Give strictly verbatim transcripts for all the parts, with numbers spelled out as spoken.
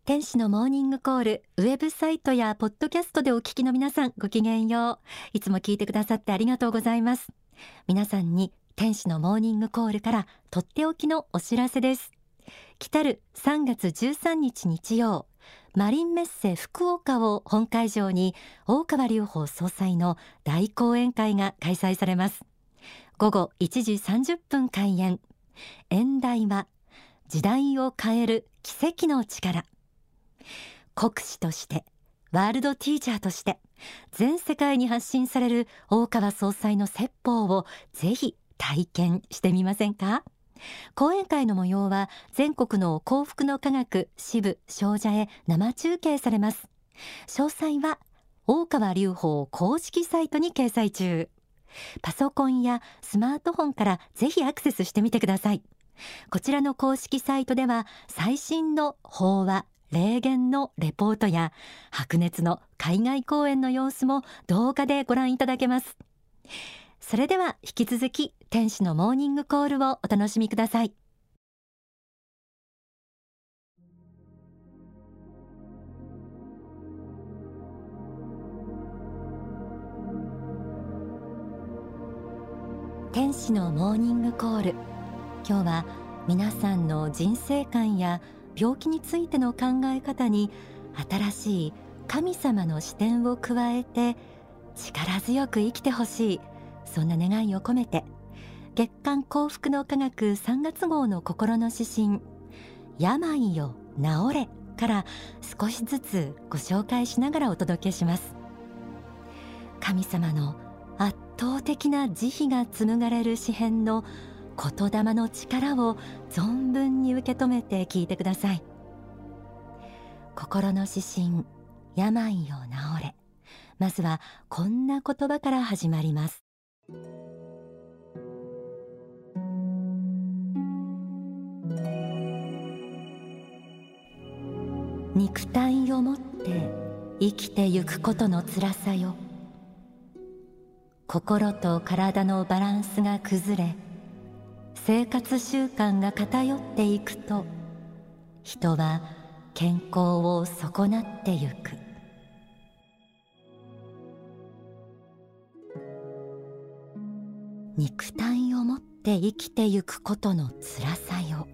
天使のモーニングコール、ウェブサイトやポッドキャストでお聞きの皆さん、ごきげんよう。いつも聞いてくださってありがとうございます。皆さんに天使のモーニングコールからとっておきのお知らせです。来たるさんがつじゅうさんにち日曜、マリンメッセ福岡を本会場に大川隆法総裁の大講演会が開催されます。午後いちじさんじゅっぷん開演。演題は時代を変える奇跡の力。国師としてワールドティーチャーとして全世界に発信される大川総裁の説法をぜひ体験してみませんか。講演会の模様は全国の幸福の科学支部商社へ生中継されます。詳細は大川隆法公式サイトに掲載中。パソコンやスマートフォンからぜひアクセスしてみてください。こちらの公式サイトでは最新の法話霊言のレポートや白熱の海外公演の様子も動画でご覧いただけます。それでは引き続き天使のモーニングコールをお楽しみください。天使のモーニングコール、今日は皆さんの人生観や病気についての考え方に新しい神様の視点を加えて力強く生きてほしい、そんな願いを込めて月刊幸福の科学さんがつ号の心の指針、病よ治れから少しずつご紹介しながらお届けします。神様の圧倒的な慈悲が紡がれる詩編の言霊の力を存分に受け止めて聞いてください。心の指針、病よ治れ。まずはこんな言葉から始まります。肉体をもって生きてゆくことの辛さよ。心と体のバランスが崩れ、生活習慣が偏っていくと、人は健康を損なってゆく。肉体をもって生きてゆくことの辛さよ。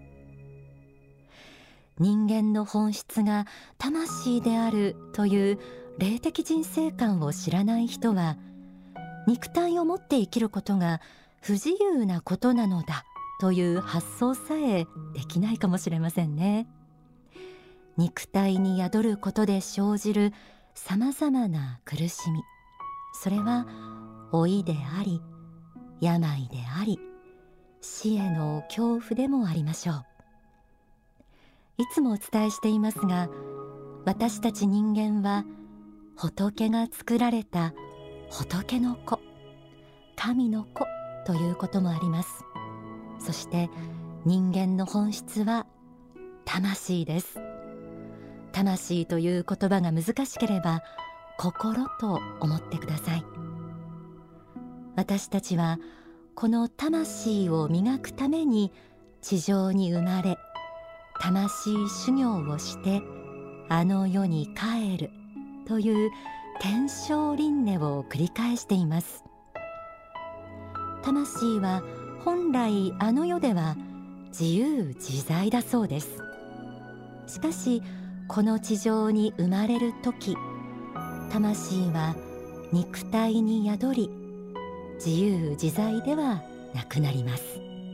人間の本質が魂であるという霊的人生観を知らない人は、肉体をもって生きることが不自由なことなのだという発想さえできないかもしれませんね。肉体に宿ることで生じるさまざまな苦しみ、それは老いであり、病であり、死への恐怖でもありましょう。いつもお伝えしていますが、私たち人間は仏が作られた仏の子、神の子ということもあります。そして人間の本質は魂です。魂という言葉が難しければ心と思ってください。私たちはこの魂を磨くために地上に生まれ、魂修行をしてあの世に帰るという天正輪廻を繰り返しています。魂は本来あの世では自由自在だそうです。しかしこの地上に生まれるとき、魂は肉体に宿り、自由自在ではなくなります。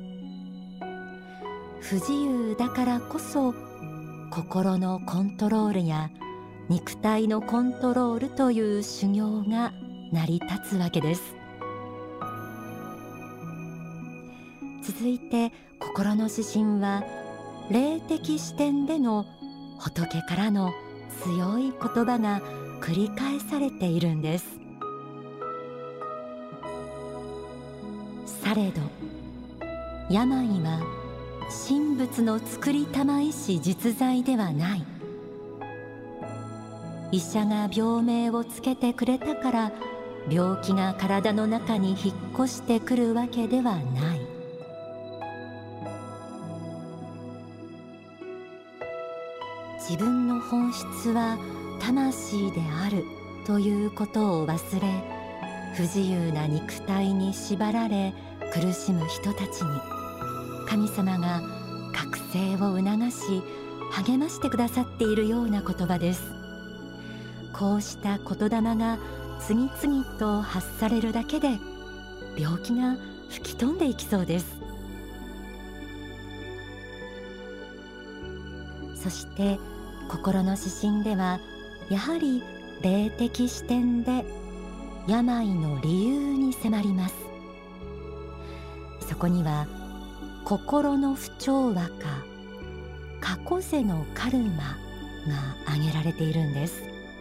不自由だからこそ、心のコントロールや肉体のコントロールという修行が成り立つわけです。続いて心の指針は、霊的視点での仏からの強い言葉が繰り返されているんです。されど病は神仏の作りたまいし実在ではない。医者が病名をつけてくれたから病気が体の中に引っ越してくるわけではない。 自分の本質は魂であるということを忘れ、不自由な肉体に縛られ苦しむ人たちに神様が覚醒を促し励ましてくださっているような言葉です。こうした言霊が次々と発されるだけで病気が吹き飛んでいきそうです。そして心の指針ではやはり霊的視点で病の理由に迫ります。そこには心の不調和か過去世のカルマが挙げられているんです。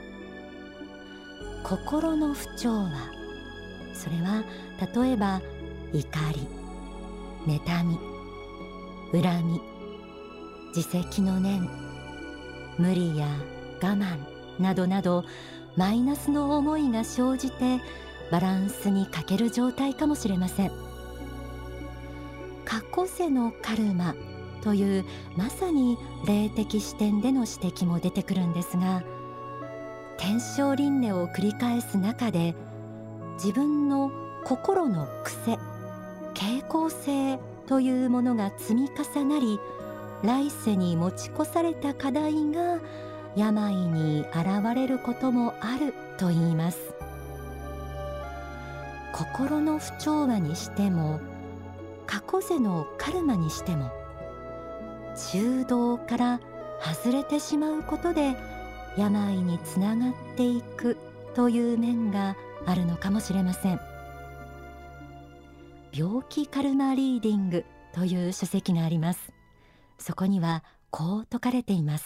心の不調和、それは例えば怒り、妬み、恨み、自責の念、無理や我慢などなどマイナスの思いが生じてバランスに欠ける状態かもしれません。過去世のカルマというまさに霊的視点での指摘も出てくるんですが、天正輪廻を繰り返す中で自分の心の癖、傾向性というものが積み重なり、来世に持ち越された課題が病に現れることもあると言います。心の不調和にしても過去世のカルマにしても、中道から外れてしまうことで病につながっていくという面があるのかもしれません。病気カルマリーディングという書籍があります。そこにはこう説かれています。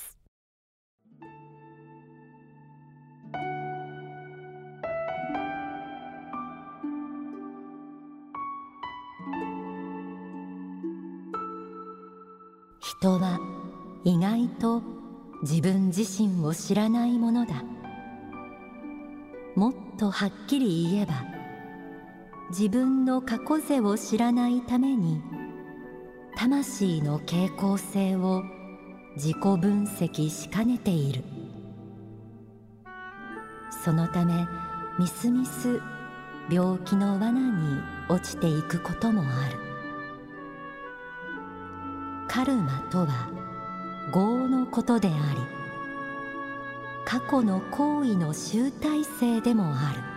人は意外と自分自身を知らないものだ。もっとはっきり言えば、自分の過去世を知らないために魂の傾向性を自己分析しかねている。そのためみすみす病気の罠に落ちていくこともある。カルマとは業のことであり、過去の行為の集大成でもある。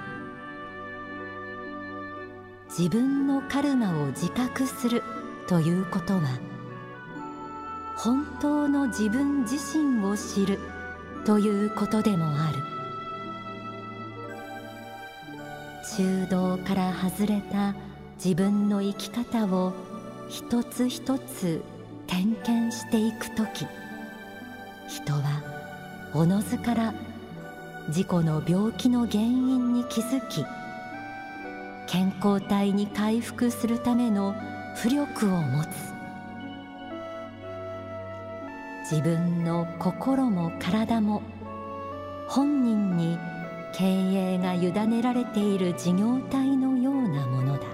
自分のカルマを自覚するということは、本当の自分自身を知るということでもある。中道から外れた自分の生き方を一つ一つ点検していくとき、人はおのずから自己の病気の原因に気づき、健康体に回復するための浮力を持つ。自分の心も体も本人に経営が委ねられている事業体のようなものだ。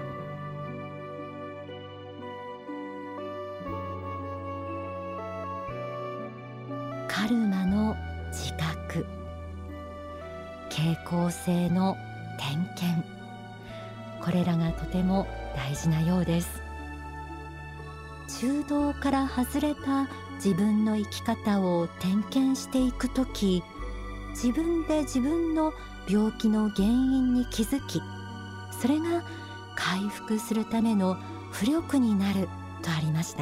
カルマの自覚、傾向性の点検、これらがとても大事なようです。中道から外れた自分の生き方を点検していくとき、自分で自分の病気の原因に気づき、それが回復するための浮力になるとありました。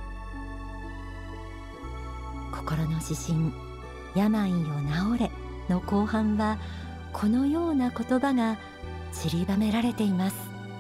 心の指針、病を治れの後半はこのような言葉が散りばめられています。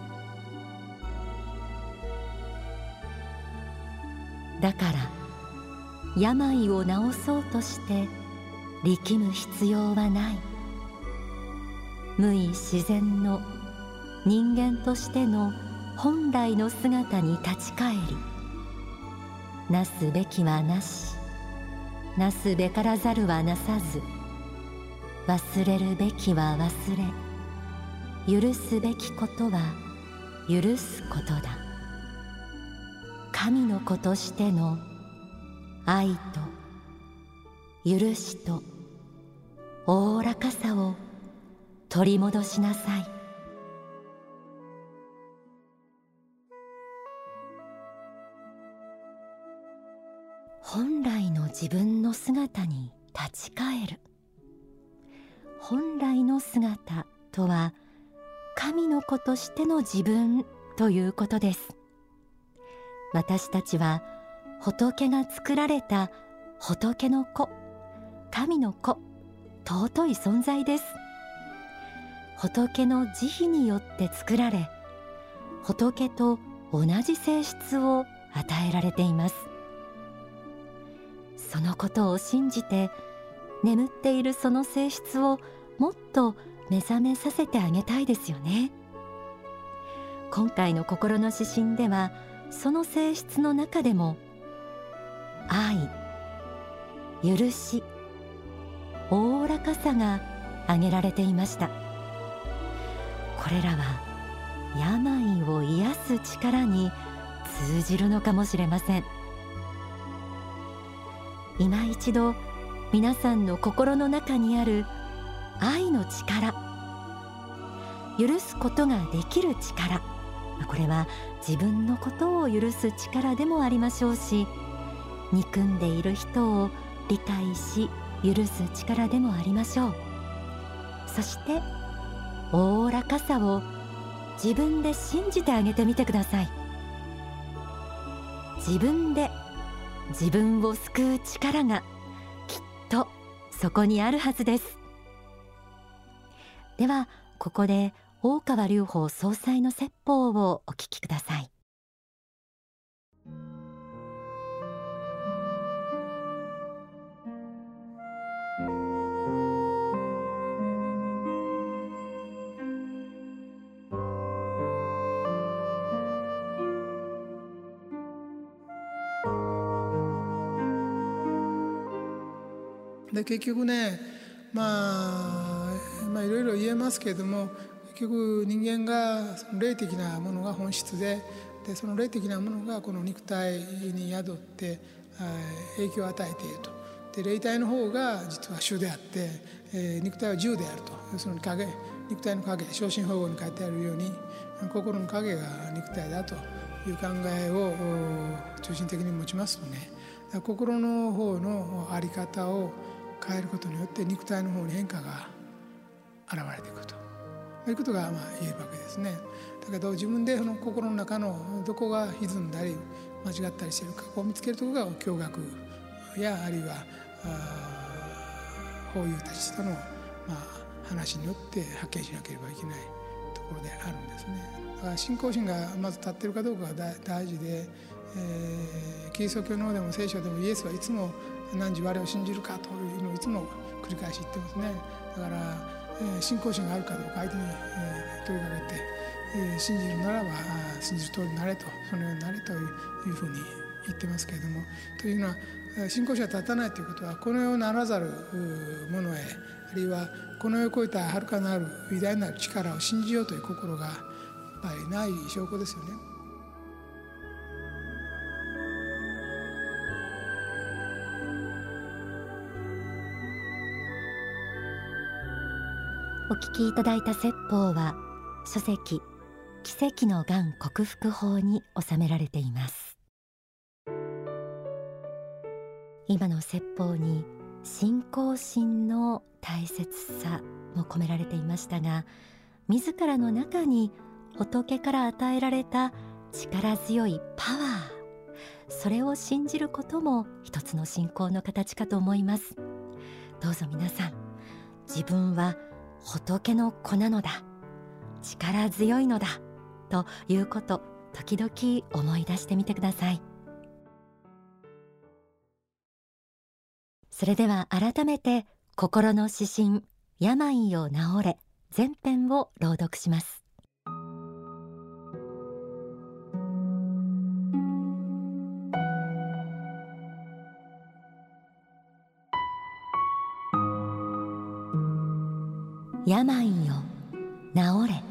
だから病を治そうとして力む必要はない。無為自然の人間としての本来の姿に立ち返り、なすべきはなし、なすべからざるはなさず、忘れるべきは忘れ、許すべきことは許すことだ。神の子としての愛と許しとおおらかさを取り戻しなさい。本来の自分の姿に立ち返る。本来の姿とは、神の子としての自分ということです。私たちは仏が作られた仏の子、神の子、尊い存在です。仏の慈悲によって作られ、仏と同じ性質を与えられています。そのことを信じて、眠っているその性質をもっと目覚めさせてあげたいですよね。今回の心の指針では、その性質の中でも愛、許し、おおらかさが挙げられていました。これらは病を癒す力に通じるのかもしれません。今一度皆さんの心の中にある愛の力、許すことができる力、これは自分のことを許す力でもありましょうし、憎んでいる人を理解し許す力でもありましょう。そしておおらかさを自分で信じてあげてみてください。自分で自分を救う力がきっとそこにあるはずです。ではここで大川隆法総裁の説法をお聞きください。 で結局ね、まあ、まあいろいろ言えますけれども、結局人間がその霊的なものが本質で、でその霊的なものがこの肉体に宿って影響を与えていると。で霊体の方が実は主であって、えー、肉体は従であると。要するに影、肉体の影、正心法語に書いてあるように、心の影が肉体だという考えを中心的に持ちますとね、心の方の在り方を変えることによって肉体の方に変化が現れていくということがまあ言えるわけですね。だけど自分でその心の中のどこが歪んだり間違ったりしているかを見つけるところが教学やあるいは法友たちとのまあ話によって発見しなければいけないところであるんですね。だから信仰心がまず立っているかどうかが大事で、えー、キリスト教の方でも聖書でもイエスはいつも何時我を信じるかというのをいつも繰り返し言ってますね。だから、えー、信仰心があるかどうか相手に、えー、問いかけて、えー、信じるならば信じる通りになれと、そのようになれというふうに言ってますけれども、というのは信仰心が立たないということはこの世をならざるものへ、あるいはこの世を超えたはるかなる偉大なる力を信じようという心がやっぱりない証拠ですよね。 お聞きいただいた説法は書籍奇跡のがん克服法に収められています。今の説法に信仰心の大切さも込められていましたが、自らの中に仏から与えられた力強いパワー、それを信じることも一つの信仰の形かと思います。どうぞ皆さん、自分は仏の子なのだ、力強いのだということ時々思い出してみてください。それでは改めて心の指針病を治れ前編を朗読します。病よ治れ、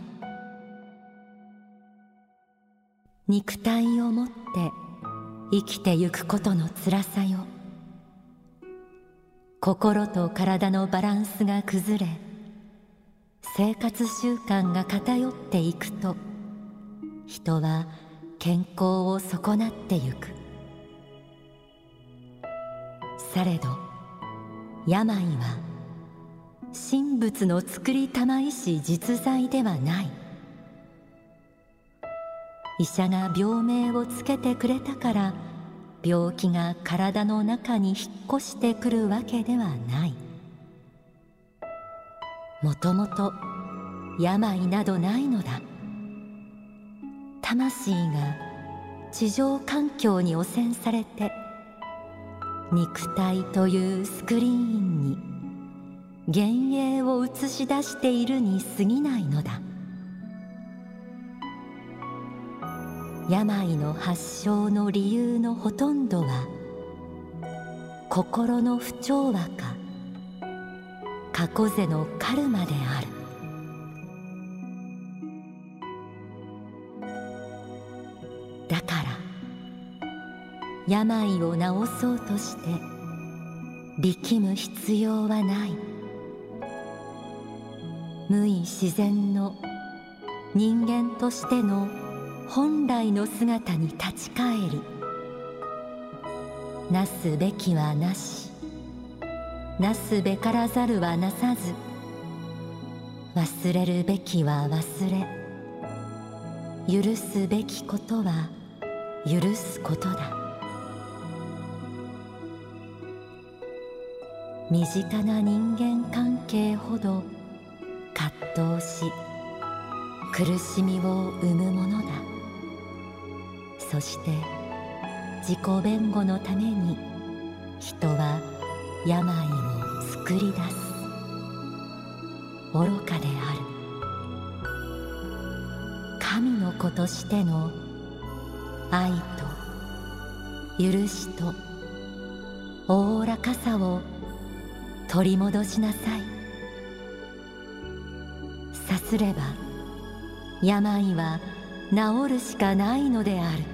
肉体をもって生きてゆくことのつらさよ、 心と体のバランスが崩れ、生活習慣が偏っていくと、人は健康を損なってゆく。されど病は神仏の作りたまいし実在ではない。医者が病名をつけてくれたから病気が体の中に引っ越してくるわけではない。もともと病などないのだ。魂が地上環境に汚染されて、肉体というスクリーンに幻影を映し出しているに過ぎないのだ。病の発症の理由のほとんどは心の不調和か過去世のカルマである。だから病を治そうとして力む必要はない。無為自然の人間としての本来の姿に立ち返り、なすべきはなし、なすべからざるはなさず、忘れるべきは忘れ、許すべきことは許すことだ。身近な人間関係ほど葛藤し苦しみを生むものだ。そして自己弁護のために人は病を作り出す。愚かである。神の子としての愛と許しとおおらかさを取り戻しなさい。さすれば病は治るしかないのである。